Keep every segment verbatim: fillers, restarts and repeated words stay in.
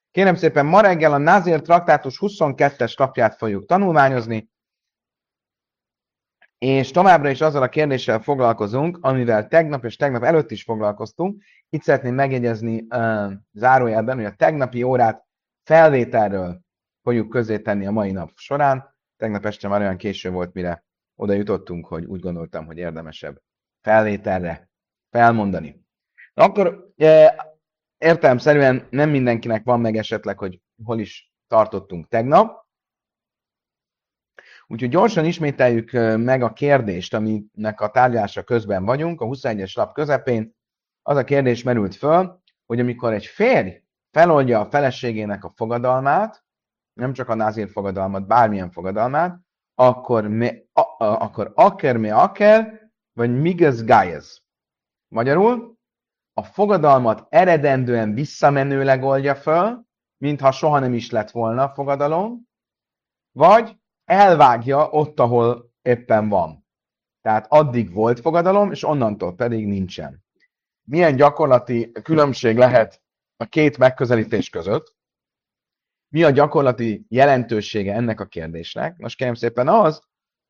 Kérem szépen, ma reggel a Názér traktátus huszonkettes lapját fogjuk tanulmányozni, és továbbra is azzal a kérdéssel foglalkozunk, amivel tegnap és tegnap előtt is foglalkoztunk. Itt szeretném megjegyezni uh, zárójelben, hogy a tegnapi órát felvételről fogjuk közzétenni a mai nap során. Tegnap este már olyan késő volt, mire oda jutottunk, hogy úgy gondoltam, hogy érdemesebb felvételre felmondani. Na akkor e, értelemszerűen nem mindenkinek van meg esetleg, hogy hol is tartottunk tegnap. Úgyhogy gyorsan ismételjük meg a kérdést, aminek a tárgyalása közben vagyunk, a huszonegyes lap közepén. Az a kérdés merült föl, hogy amikor egy férj feloldja a feleségének a fogadalmát, nem csak a názír fogadalmat, bármilyen fogadalmát, akkor, me, a, a, akkor aker me aker, vagy migaz gájez. Magyarul, a fogadalmat eredendően visszamenőleg oldja föl, mintha soha nem is lett volna a fogadalom, vagy elvágja ott, ahol éppen van. Tehát addig volt fogadalom, és onnantól pedig nincsen. Milyen gyakorlati különbség lehet a két megközelítés között? Mi a gyakorlati jelentősége ennek a kérdésnek? Most kérem szépen az,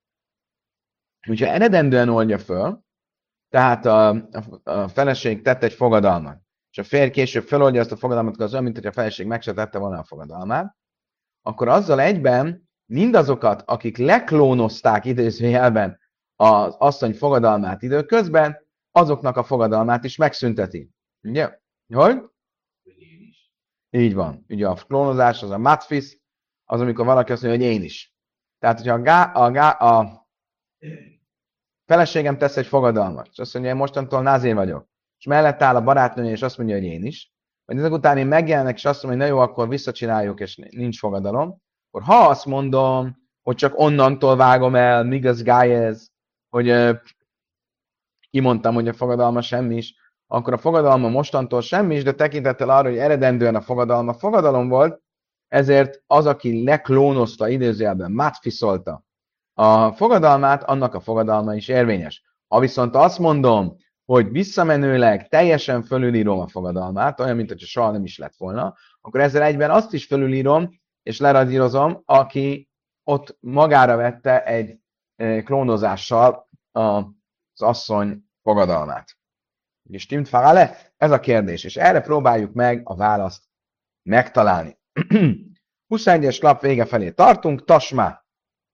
hogyha eredendően oldja föl, tehát a, a, a feleség tett egy fogadalmat, és a férj később feloldja azt a fogadalmat, az olyan, mint hogy a feleség meg se tette volna a fogadalmát, akkor azzal egyben mindazokat, akik leklónozták idézőjelben az asszony fogadalmát időközben, azoknak a fogadalmát is megszünteti. Ugye? Hogy? Így van. Ugye a klónozás az a matfis, az amikor valaki azt mondja, hogy én is. Tehát, hogyha a, gá, a, gá, a feleségem tesz egy fogadalmat, és azt mondja, én mostantól názér vagyok, és mellett áll a barátnője, és azt mondja, hogy én is, vagy ezek után én megjelenek, és azt mondom, hogy na jó, akkor visszacsináljuk, és nincs fogadalom, akkor ha azt mondom, hogy csak onnantól vágom el, migaz gájez, hogy uh, kimondtam, hogy a fogadalma semmi is, akkor a fogadalma mostantól semmi is, de tekintettel arra, hogy eredendően a fogadalma fogadalom volt, ezért az, aki leklónozta, idézőjelben matfiszolta a fogadalmát, annak a fogadalma is érvényes. Ha viszont azt mondom, hogy visszamenőleg teljesen fölülírom a fogadalmát, olyan, mint hogyha soha nem is lett volna, akkor ezzel egyben azt is fölülírom, és leradírozom, aki ott magára vette egy klónozással az asszony fogadalmát. És stimmt farale? Ez a kérdés, és erre próbáljuk meg a választ megtalálni. huszonegyes lap vége felé tartunk, tasmá.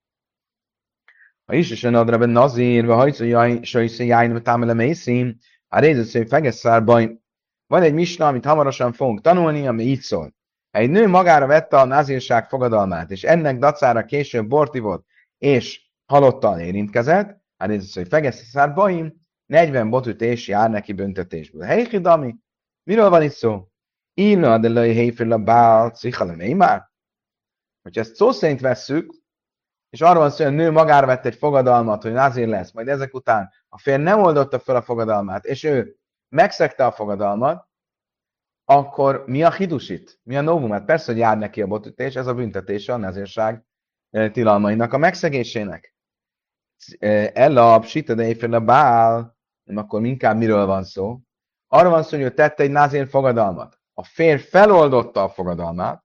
Ha is is adra ben nazír, vagy hajszó sajszó jájn, támele mészín, a rézősző fegeszárban. Van egy misna, amit hamarosan fogunk tanulni, ami így szól. Ha egy nő magára vette a nazírság fogadalmát, és ennek dacára később bortivott, és halottal érintkezett, a rézősző fegeszárban, negyven botütés jár neki büntetésből. Hey, Hidami, miről van itt szó? Írna a delai héfél a bál, cihalem, már? Hogyha ezt szó szerint vesszük, és arról van szó, hogy a nő magára vett egy fogadalmat, hogy názír lesz, majd ezek után a férj nem oldotta fel a fogadalmát, és ő megszegte a fogadalmat, akkor mi a hidusit? Mi a novumát? Persze, hogy jár neki a botütés, ez a büntetése a názírság tilalmainak a megszegésének. Ella, psita, fél a bál, nem akkor inkább miről van szó? Arról van szó, hogy ő tette egy názír fogadalmat. A férj feloldotta a fogadalmát,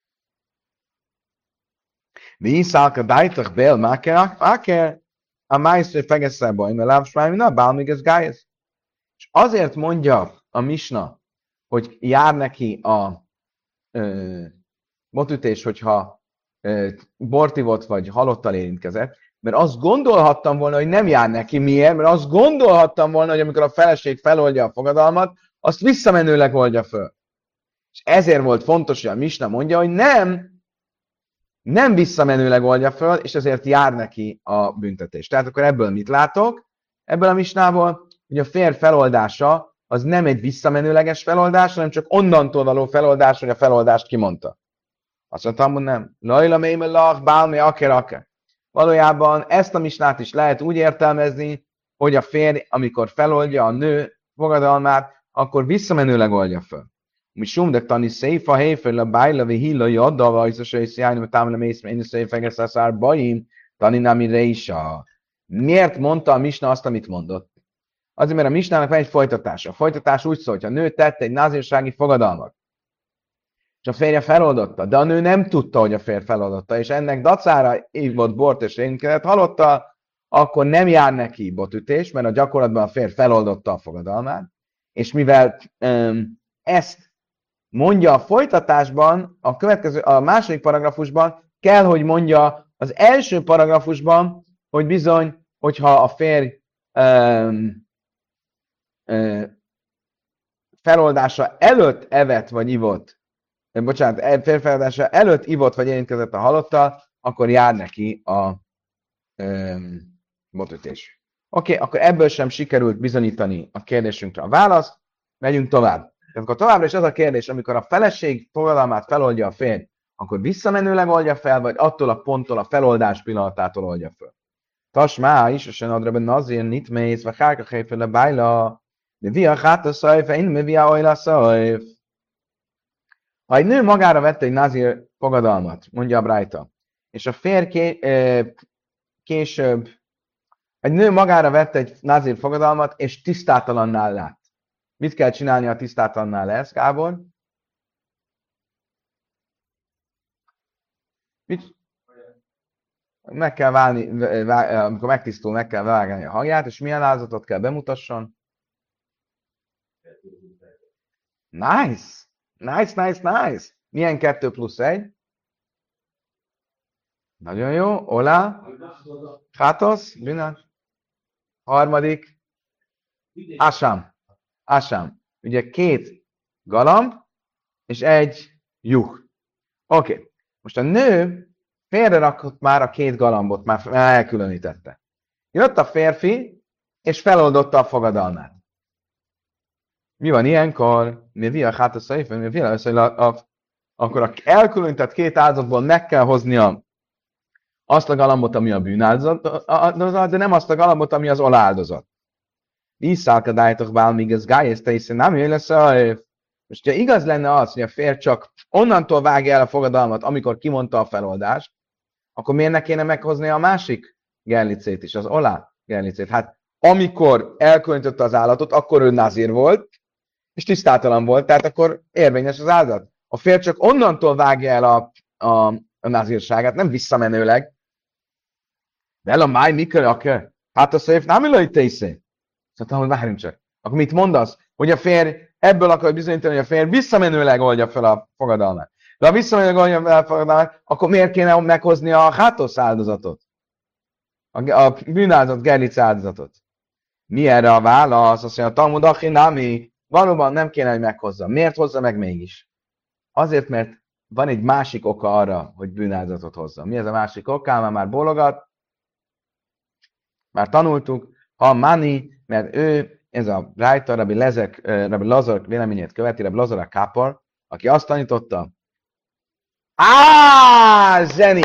Víszálka dájtak bél máker, máker, a májsző fegeszebaj, mert lávsmáj, na, bálmig ez gájez. És azért mondja a misna, hogy jár neki a ö, botütés, hogyha ö, bortivott vagy halottal érintkezett, mert azt gondolhattam volna, hogy nem jár neki. Miért? Mert azt gondolhattam volna, hogy amikor a feleség feloldja a fogadalmat, azt visszamenőleg oldja föl. És ezért volt fontos, hogy a misna mondja, hogy nem, nem visszamenőleg oldja föl, és ezért jár neki a büntetés. Tehát akkor ebből mit látok? Ebből a misnából, hogy a férj feloldása az nem egy visszamenőleges feloldás, hanem csak onnantól való feloldás, hogy a feloldást kimondta. Azt mondtam, hogy nem. Lajla mémelach, bálmi, aker, aker. Valójában ezt a misnát is lehet úgy értelmezni, hogy a férj, amikor feloldja a nő fogadalmát, akkor visszamenőleg oldja föl. Misum de tani széfa héfél a bájla vi hilla jadda vajzos és járni, támla mész, én is széfegesz a szár bajim, tani nami reisa. Miért mondta a misna azt, amit mondott? Azért, mert a misnának van egy folytatása. A folytatás úgy szól, hogy a nő tett egy názírsági fogadalmat, és a férje feloldotta, de a nő nem tudta, hogy a férj feloldotta, és ennek dacára ívott bort és énkedet halotta, akkor nem jár neki botütés, mert a gyakorlatban a férj feloldotta a fogadalmát, és mivel um, ezt mondja a folytatásban, a következő, a második paragrafusban kell, hogy mondja az első paragrafusban, hogy bizony, hogyha a férj um, um, feloldása előtt evett vagy ivott, bocsánat, férj feloldása előtt ivott vagy érintkezett a halottal, akkor jár neki a um, botütés. Oké, okay, akkor ebből sem sikerült bizonyítani a kérdésünkre a választ, megyünk tovább. Tehát akkor továbbra is az a kérdés, amikor a feleség fogadalmát feloldja a férj, akkor visszamenőleg oldja fel, vagy attól a ponttól, a feloldás pillanatától oldja fel. Tasmá is, a senadra nazir nit mész, vagy hárka helyfele bájla, de via háta szajf, én mi via ojla szajf. Ha egy nő magára vette egy nazir fogadalmat, mondja a Brájta, és a férj ké, később, egy nő magára vette egy nazir fogadalmat, és tisztátalannál lát. Mit kell csinálni, ha tisztátalannál lesz, Gábor? Mit? Meg kell válni, amikor megtisztul, meg kell vágni a hangját, és milyen áldozatot kell bemutasson? Nice! Nice, nice, nice! Milyen kettő plusz egy? Nagyon jó. Ola? Hátosz? Bűnös? Harmadik? Ásám. Ásám. Ugye két galamb, és egy juh. Oké. Okay. Most a nő félre rakott már a két galambot, már elkülönítette. Jött a férfi, és feloldotta a fogadalmát. Mi van ilyenkor? Mi via hát a szépen, mi via a akkor a elkülönített két áldozatból meg kell hoznia azt a galambot, ami a bűnáldozat, de nem azt a galambot, ami az oláldozat. Visszálkadájtok bál, míg ez gájész te hiszen nem jöjj lesz a most, ha igaz lenne az, hogy a férj csak onnantól vágja el a fogadalmat, amikor kimondta a feloldást, akkor miért ne kéne meghozni a másik gerlicét is, az olá gerlicét? Hát amikor elkülönítötte az állatot, akkor ő nazír volt, és tisztátalan volt, tehát akkor érvényes az áldozat. A férj csak onnantól vágja el a, a, a nazírságát, nem visszamenőleg. De el a máj mikor, akkor hát a széf nem illai tészé. Szóval, hogy várjunk csak. Akkor mit mondasz? Hogy a férj ebből akar bizonyítani, hogy a férj visszamenőleg oldja fel a fogadalmát. De ha visszamenőleg oldja fel a fogadalmát, akkor miért kéne meghozni a hátosz áldozatot? A, a bűnáldozat, gerlic áldozatot. Mi erre a válasz? Azt mondja, a Talmud Achinami valóban nem kéne, hogy meghozza. Miért hozza meg mégis? Azért, mert van egy másik oka arra, hogy bűnáldozatot hozza. Mi ez a másik oka? Már már bólogat. Már tanultuk. Ha Mani, mert ő, ez a Brájta, Rabbi, Lezek, Rabbi Lazar véleményét követi, Rabbi Lazar a Kápor, aki azt tanította. Á, zseni!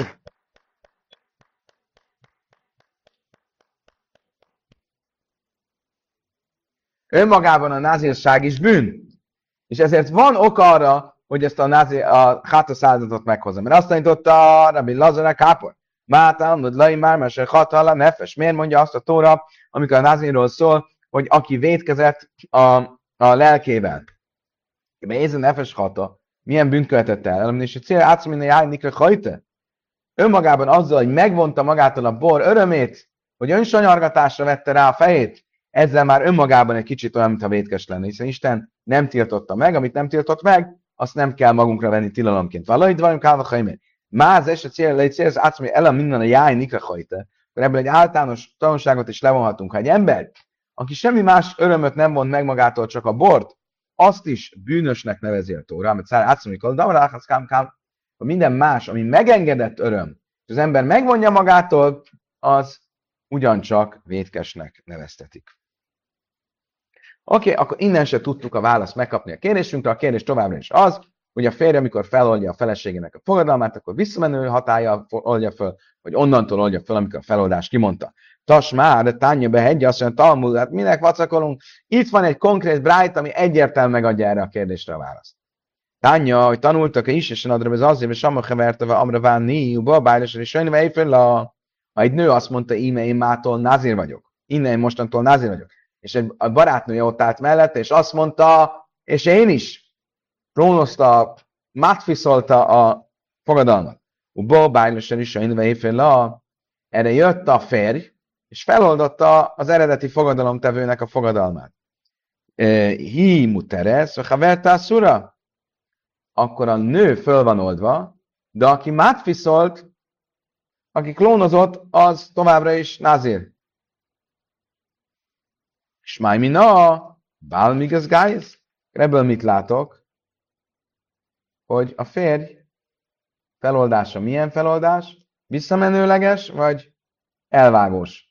Önmagában a názírság is bűn. És ezért van ok arra, hogy ezt a, názir, a hátos áldozatot meghozza. Mert azt tanította Rabbi Lazar a Kápor. Mátál, hogy lai már, mert se hatala, nefes. Miért mondja azt a Tóra, amikor a názírról szól, hogy aki vétkezett a, a lelkével. Mert ez a nefes hata, milyen bűnt követett el? És a cél átszomina jájnikre hajte. Önmagában azzal, hogy megvonta magától a bor örömét, hogy önsanyargatásra vette rá a fejét, ezzel már önmagában egy kicsit olyan, mintha vétkes lenne, hiszen Isten nem tiltotta meg, amit nem tiltott meg, azt nem kell magunkra venni tilalomként. Valahogy vagyunk állva hajmén. Máz es a cél, egy cél, az átszomina el a minden a jájnikre hajte. Akkor ebből egy általános tanulságot is levonhatunk. Ha egy ember, aki semmi más örömöt nem vont meg magától, csak a bort, azt is bűnösnek nevezi a Tóra, mert szára átszomikol, hogy minden más, ami megengedett öröm, és az ember megvonja magától, az ugyancsak vétkesnek neveztetik. Oké, okay, akkor innen se tudtuk a választ megkapni a kérdésünkre, a kérdés továbbra is az, hogy a férj, amikor feloldja a feleségének a fogadalmát, akkor visszamenő hatállyal oldja föl, vagy onnantól oldja föl, amikor a feloldást kimondta. Tasmá, de tánja be hegye, azt mondja, Talmud, hát minek vacakolunk? Itt van egy konkrét brájt, ami egyértelműen megadja erre a kérdésre a választ. Tánja, hogy tanultak is, és adra az azért, hogy Samma heverteve amra vánni, uba, bájlásra is sajnálva éjfél, ha egy nő azt mondta, íme én mától názír vagyok. Innen én mostantól názír vagyok. És egy barátnője ott állt mellette, és azt mondta, és én is. Prónozta mátfiszolta a fogadalmat. Ubó bájlösen is a la, erre jött a férj, és feloldotta az eredeti fogadalomtevőnek a fogadalmát. Hi muteres, ha vertál szura, akkor a nő föl van oldva, de aki mátfiszolt, aki klónozott, az továbbra is nazir. Smájmina, bálmigaz gájz. Ebből mit látok? Hogy a férj feloldása milyen feloldás? Visszamenőleges, vagy elvágós?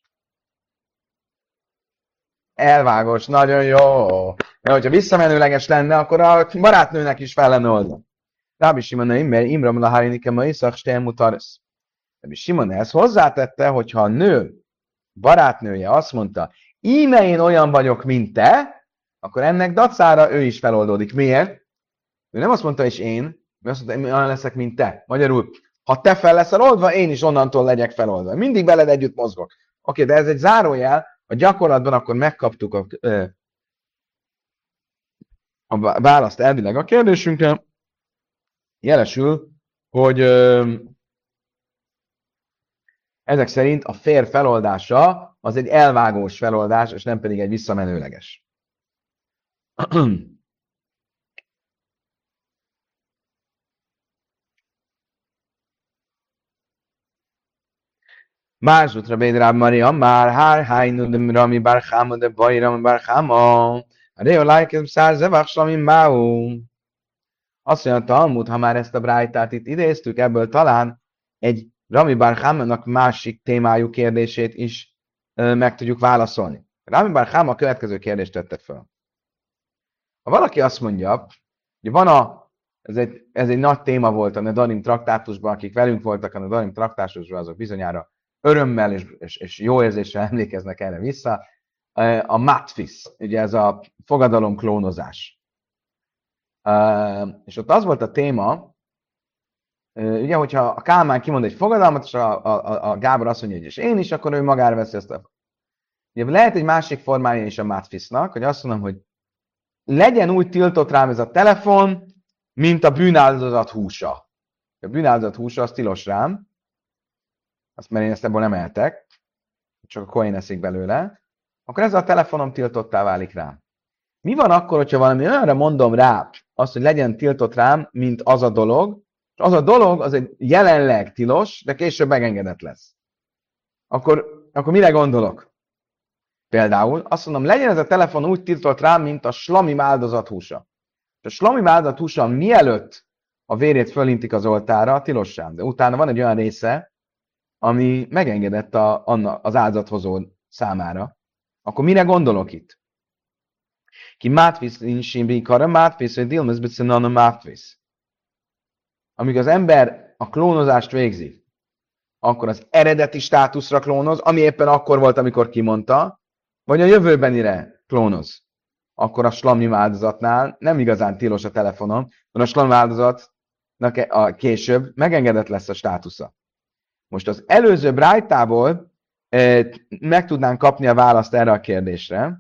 Elvágós, nagyon jó. Mert hogyha visszamenőleges lenne, akkor a barátnőnek is fel lenne oldva. Rábi Simon, mert Imram Laharinike Maiszak Stelmutaresz. Rábi Simon ezt hozzátette, hogyha a nő, barátnője azt mondta, íme én olyan vagyok, mint te, akkor ennek dacára ő is feloldódik. Miért? Ő nem azt mondta, és én, ő azt mondta, én olyan leszek, mint te. Magyarul, ha te fel leszel oldva, én is onnantól legyek feloldva. Mindig veled együtt mozgok. Oké, de ez egy zárójel, a gyakorlatban akkor megkaptuk a, a választ elvileg a kérdésünkre. Jelesül, hogy ezek szerint a férj feloldása az egy elvágós feloldás, és nem pedig egy visszamenőleges. Másútra Bédráb Maria, már hár hájnu de Rami Barchama de Baj Rami Barchama, a Reo Lájkem Szárzevach Slamim Máú. Azt mondja a Talmud, ha már ezt a brájtát itt idéztük, ebből talán egy Rami Barchamának másik témájú kérdését is ö, meg tudjuk válaszolni. Rami Barchama a következő kérdést tette fel. Ha valaki azt mondja, hogy van a, ez egy, ez egy nagy téma volt a Nedarim traktátusban, akik velünk voltak a Nedarim traktátusban, azok bizonyára örömmel és, és, és jó érzéssel emlékeznek erre vissza. A matfis, ugye ez a fogadalom klónozás. És ott az volt a téma, ugye, hogyha a Kálmán kimond egy fogadalmat, és a, a, a Gábor azt mondja, hogy és én is, akkor ő magára veszi ezt a... Ugye lehet egy másik formája is a matfisnak, hogy azt mondom, hogy legyen úgy tiltott rám ez a telefon, mint a bűnáldozat húsa. A bűnáldozat húsa az tilos rám, azt mert én ezt ebből nem eltek, csak a koin eszik belőle, akkor ez a telefonom tiltottá válik rám. Mi van akkor, hogyha valami olyanra mondom rá, azt, hogy legyen tiltott rám, mint az a dolog, és az a dolog, az egy jelenleg tilos, de később megengedett lesz. Akkor, akkor mire gondolok? Például azt mondom, legyen ez a telefon úgy tiltott rám, mint a slamim áldozat húsa. És a slamim áldozat húsa mielőtt a vérét fölintik az oltára, tilossám. De utána van egy olyan része, ami megengedett a, az áldozathozó számára. Akkor mire gondolok itt? Ki mátvisz insimbi kara mátvisz, vagy dilmez becenana mátvisz. Amíg az ember a klónozást végzi, akkor az eredeti státuszra klónoz, ami éppen akkor volt, amikor kimondta, vagy a jövőbenire klónoz. Akkor a slamim áldozatnál nem igazán tilos a telefonom, mert a slamim áldozatnak a később megengedett lesz a státusza. Most az előző brájtából eh, meg tudnánk kapni a választ erre a kérdésre,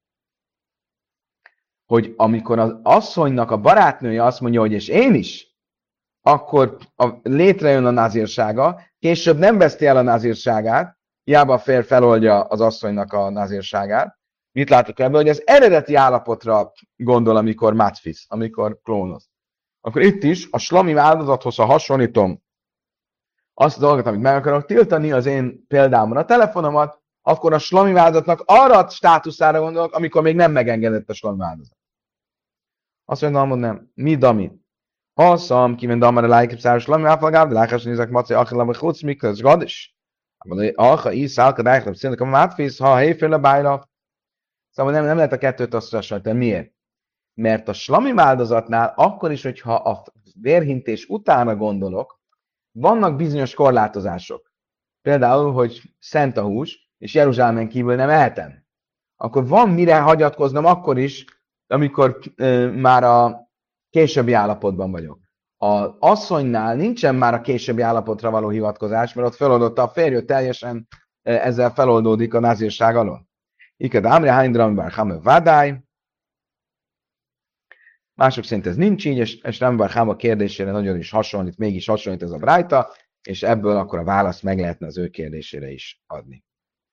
hogy amikor az asszonynak a barátnője azt mondja, hogy és én is, akkor a, létrejön a názírsága, később nem veszti el a názírságát, hiába a férj feloldja az asszonynak a názírságát. Mit látok ebből? Hogy az eredeti állapotra gondol, amikor matfis, amikor klónoz. Akkor itt is a slamim áldozathoz, ha hasonlítom azt a dolgot, amit meg akarok tiltani, az én példámon a telefonomat, akkor a slamim áldozatnak arra a státuszára gondolok, amikor még nem megengedett a slamim áldozat. Azt mondom, hogy nem. Mi dami? Haszam, kiven damar a lájkép száros slamim áfagább, de lájkás nézek maci achilam a chutz miklos gadis. Acha is szálka dájklap színnek a mátfész, ha héjféle bájra. Szóval nem, nem lehet a kettőt azt hasonlítani. Miért? Mert a slamim áldozatnál akkor is, hogyha a vérhintés utána gondolok, vannak bizonyos korlátozások. Például, hogy szent a hús, és Jeruzsálemen kívül nem ehetem. Akkor van mire hagyatkoznom akkor is, amikor e, már a későbbi állapotban vagyok. Az asszonynál nincsen már a későbbi állapotra való hivatkozás, mert ott feloldotta a férjő, teljesen e, ezzel feloldódik a názírság alól. Iked Ámri Hány Drami Bar Hame Vádály. Mások szerint ez nincs így, és, és Rambar Háma kérdésére nagyon is hasonlít, mégis hasonlít ez a brájta, és ebből akkor a választ meg lehetne az ő kérdésére is adni.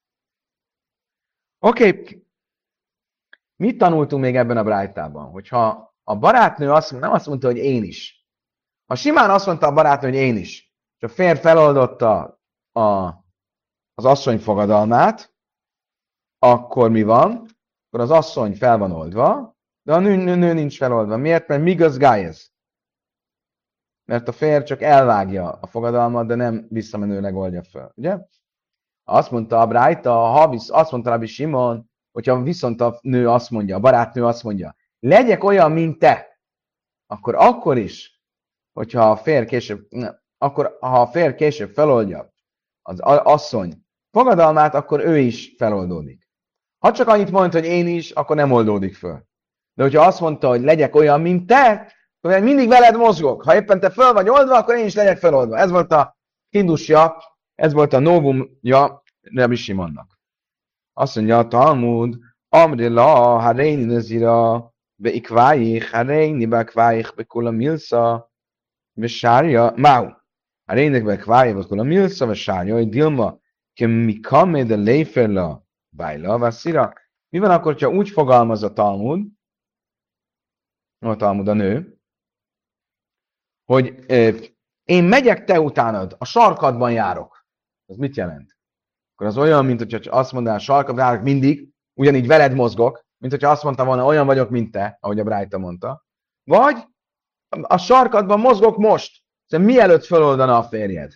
Oké, okay. Mit tanultunk még ebben a brájtában? Hogyha a barátnő azt, nem azt mondta, hogy én is. Ha simán azt mondta a barátnő, hogy én is, és a férj feloldotta a, az asszony fogadalmát, akkor mi van? Akkor az asszony fel van oldva, de a nő, nő, nő nincs feloldva. Miért? Mert migas gájez. Mert a férj csak elvágja a fogadalmat, de nem visszamenőleg oldja fel. Ugye? Azt mondta a Brájta, ha visz, azt mondta Rabbi Simon, hogyha viszont a nő azt mondja, a barátnő azt mondja, legyek olyan, mint te, akkor akkor is, hogyha a férj később, ne, akkor ha a férj később feloldja az asszony fogadalmát, akkor ő is feloldódik. Ha csak annyit mondta, hogy én is, akkor nem oldódik föl. De hogyha azt mondta, hogy legyek olyan, mint te, akkor mindig veled mozgok. Ha éppen te föl vagy oldva, akkor én is legyek feloldva. Ez volt a hindusja, ez volt a novumja Rabbi Simonnak. Azt mondja a Talmud, Amri la, hareini nazira, be ikvájich, hareini be ikvájich, be kula milsa, be sárja, mau. Hareinik be ikvájich, be kula milsa, be sárja, hogy dilma, ke mikame de leiferla, bájla, vasszira. Mi van akkor, ha úgy fogalmaz a Talmud, a Talmud a nő, hogy eh, én megyek te utánad, a sarkadban járok. Ez mit jelent? Akkor az olyan, mint hogyha azt mondaná, a sarkadban járok mindig, ugyanígy veled mozgok, mint hogyha azt mondta volna, olyan vagyok, mint te, ahogy a Brájta mondta. Vagy a sarkadban mozgok most, szóval mielőtt feloldana a férjed.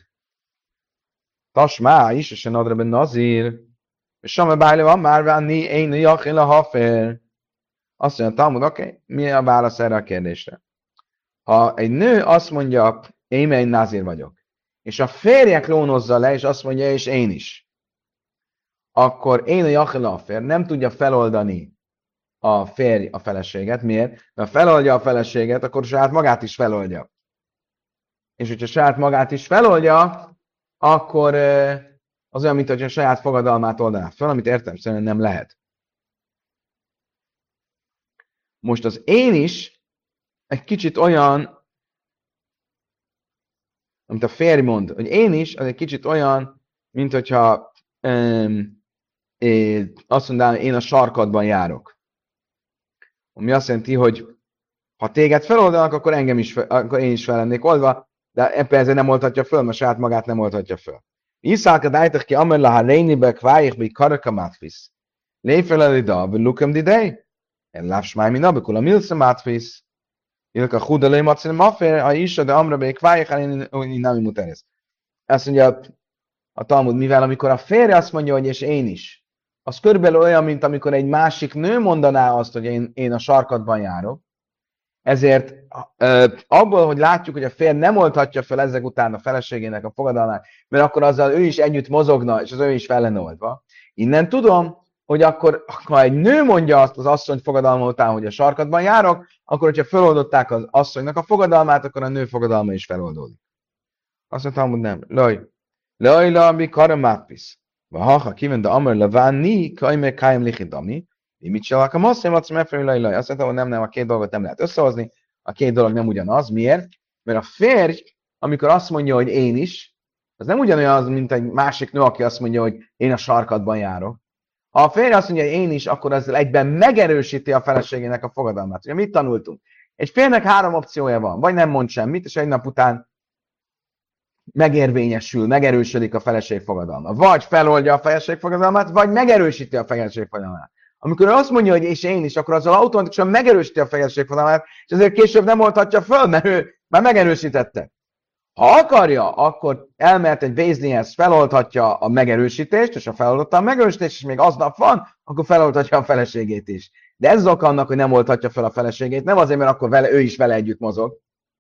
Tasmá is, és a nadra nazír, és sama bájle van már vánni, én jachin a hafer. Azt mondja, Talmud, oké, okay, mi a válasz erre a kérdésre? Ha egy nő azt mondja, én egy nazír vagyok, és a férje klónozza le, és azt mondja, és én is, akkor én a jachin a hafer nem tudja feloldani a férj a feleséget. Miért? Mert ha feloldja a feleséget, akkor saját magát is feloldja. És hogyha saját magát is feloldja, akkor az olyan, mint hogyha saját fogadalmát oldaná fel, amit értelemszerűen nem lehet. Most az én is egy kicsit olyan, amit a férj mond, hogy én is, az egy kicsit olyan, mint hogyha um, é, azt mondanám, én a sarkadban járok. Ami azt jelenti, hogy ha téged feloldanak, akkor engem is, akkor én is fel lennék oldva, de ebben ezért nem oldhatja föl, mert saját magát nem oldhatja föl. Iszálka dájtak ki, amer laha rénibe kvájik, vagy karaka mátfisz. Léfeleli da, vagy lukam didej? En lápsmáj mi nabekul, a milsza mátfisz. Ilka hudalé macin mafér, a isa, de amra be kvájik, én nem muterez. Azt mondja a Talmud, mivel amikor a férje azt mondja, hogy és én is, az körülbelül olyan, mint amikor egy másik nő mondaná azt, hogy én, én a sarkadban járok. Ezért abból, hogy látjuk, hogy a férj nem oldhatja fel ezek után a feleségének a fogadalmát, mert akkor azzal ő is együtt mozogna, és az ő is fel lenne oldva. Innen tudom, hogy akkor, ha egy nő mondja azt az asszony fogadalma után, hogy a sarkadban járok, akkor, hogyha feloldották az asszonynak a fogadalmát, akkor a nő fogadalma is feloldódik. Azt mondtam, hogy nem. Laj. Laj, laj, mi karamátpisz. Ha kíván, de amar levánni, kajme kájem lichidami. Mit csinálok? A masszim azt mondja, azt mondta, hogy nem, nem, a két dolgot nem lehet összehozni, a két dolog nem ugyanaz. Miért? Mert a férj, amikor azt mondja, hogy én is, az nem ugyanolyan, mint egy másik nő, aki azt mondja, hogy én a sarkadban járok. Ha a férj azt mondja, hogy én is, akkor ezzel egyben megerősíti a feleségének a fogadalmát. Ugye mit tanultunk? Egy férnek három opciója van, vagy nem mond semmit, és egy nap után megérvényesül, megerősödik a feleség fogadalma. Vagy feloldja a feleség fogadalmát, vagy megerősíti a feleség fogadalmát. Amikor ő azt mondja, hogy és én is, akkor azzal automatikusan megerősíti a feleségfogadalmát, és ezért később nem oldhatja föl, mert ő már megerősítette. Ha akarja, akkor elmehet egy véznéhez, feloldhatja a megerősítést, és ha feloldotta a megerősítést, és még aznap van, akkor feloldhatja a feleségét is. De ez az oka annak, hogy nem oldhatja fel a feleségét, nem azért, mert akkor vele, ő is vele együtt mozog.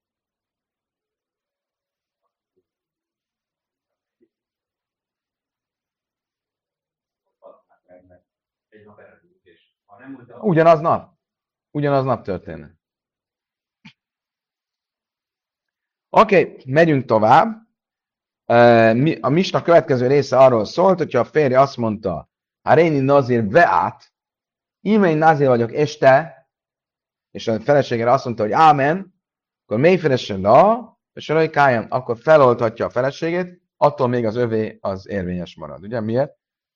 Ugyanaz nap. Ugyanaz nap történne. Oké, okay, megyünk tovább. A misna következő része arról szólt, hogyha a férje azt mondta, Haréni nazir veát, íme én nazir vagyok, és te, és a feleségére azt mondta, hogy ámen, akkor mélyféresen la, és a kájam, akkor felolthatja a feleségét, attól még az övé az érvényes marad. Ugye miért?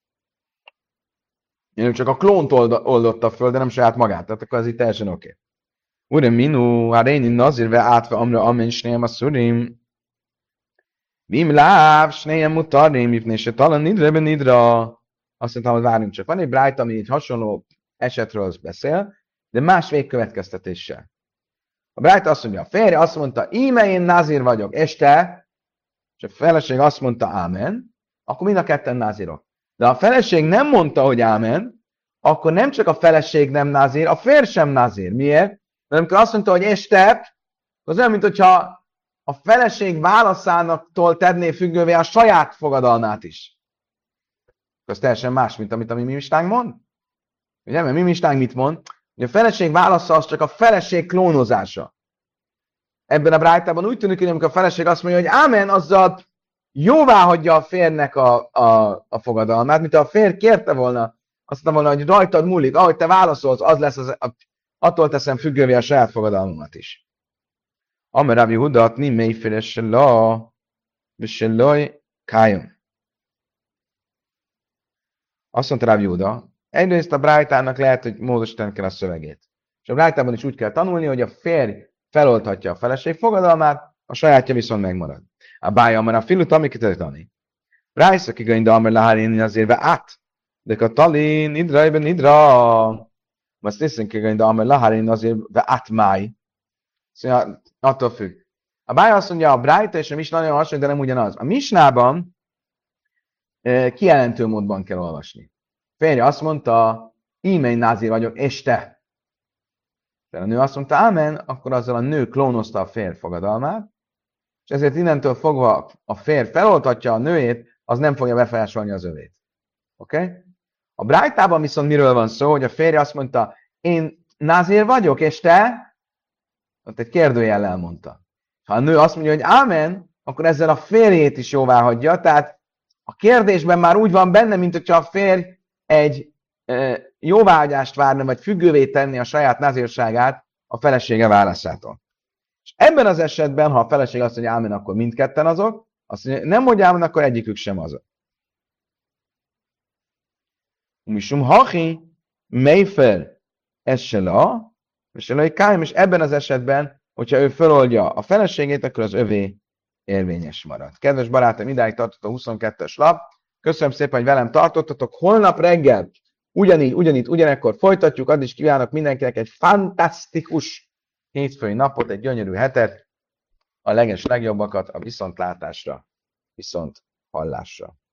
Én csak a klónt oldotta föl, de nem saját magát, tehát akkor az itt teljesen oké. Okay. Ure minu, hát én nazirve átve amra amen snéjem a szurim. Vim láv, snéjem mutarim, ifné se talan nidrebe nidra. Azt mondtam, hogy várjunk csak. Van egy brájt, ami egy hasonló esetről beszél, de más végkövetkeztetéssel. A brájt azt mondja, a férje azt mondta, íme én nazír vagyok, és te, és a feleség azt mondta, ámen, akkor mind a ketten nazírok. De a feleség nem mondta, hogy ámen, akkor nem csak a feleség nem nazír, a férj sem nazír. Miért? Mert amikor azt mondta, hogy és te, az olyan, mint hogyha a feleség válaszánaktól tenné függővé a saját fogadalmát is. Ez teljesen más, mint amit a mi mistánk mond. Ugye, mert mi mistánk mit mond? Hogy a feleség válasza az csak a feleség klónozása. Ebben a brájtában úgy tűnik, hogy amikor a feleség azt mondja, hogy ámen, azzal jóvá hagyja a férnek a, a, a fogadalmát, mint a férj kérte volna, azt mondta volna, hogy rajtad múlik, ahogy te válaszolsz, az lesz, az, a, attól teszem függővé a saját fogadalmamat is. Amer Rabbi Hudat, ni mélyféle se la, se loj, kájon. Azt mondta Rabbi Huda, egyrészt a brájtának lehet, hogy módosítani kell a szövegét. És a brájtában is úgy kell tanulni, hogy a férj feloldhatja a feleség fogadalmát, a sajátja viszont megmarad. A bája, amara filut, amiket eltani. Brájsz, aki gönde, amar lahárin azért át. De a talin, nidra, nidra. Most nézzünk ki, gönde, amar lahárin azért át máj. Szóval attól függ. A bája azt mondja, a brájta és a misna nagyon hasonló, de nem ugyanaz. A misnában e, kijelentő módban kell olvasni. Férje azt mondta, íme názír vagyok, és te. De a nő azt mondta, ámen, akkor azzal a nő klónozta a férj fogadalmát, és ezért innentől fogva a férj feloltatja a nőjét, az nem fogja befolyásolni az övét. Oké? Okay? A brájtában viszont miről van szó, hogy a férj azt mondta, én názír vagyok, és te? Ott egy kérdőjellel mondta. Ha a nő azt mondja, hogy ámen, akkor ezzel a férjét is jóvá hagyja, tehát a kérdésben már úgy van benne, mint hogyha a férj egy e, jóváhagyást várna, vagy függővé tenni a saját názírságát a felesége válaszától. És ebben az esetben, ha a feleség azt mondja, ámen, akkor mindketten azok, azt mondja, nem mondja ámen, akkor egyikük sem azok. Misum hachi, meifer, ez se la, és elő kájm, és ebben az esetben, hogyha ő föloldja a feleségét, akkor az övé érvényes marad. Kedves barátaim, idáig tartott a huszonkettes lap. Köszönöm szépen, hogy velem tartottatok. Holnap reggel ugyanígy, ugyanígy, ugyanekkor folytatjuk. Addig is kívánok mindenkinek egy fantasztikus hétfői napot, egy gyönyörű hetet, a leges legjobbakat a viszontlátásra, viszont hallásra.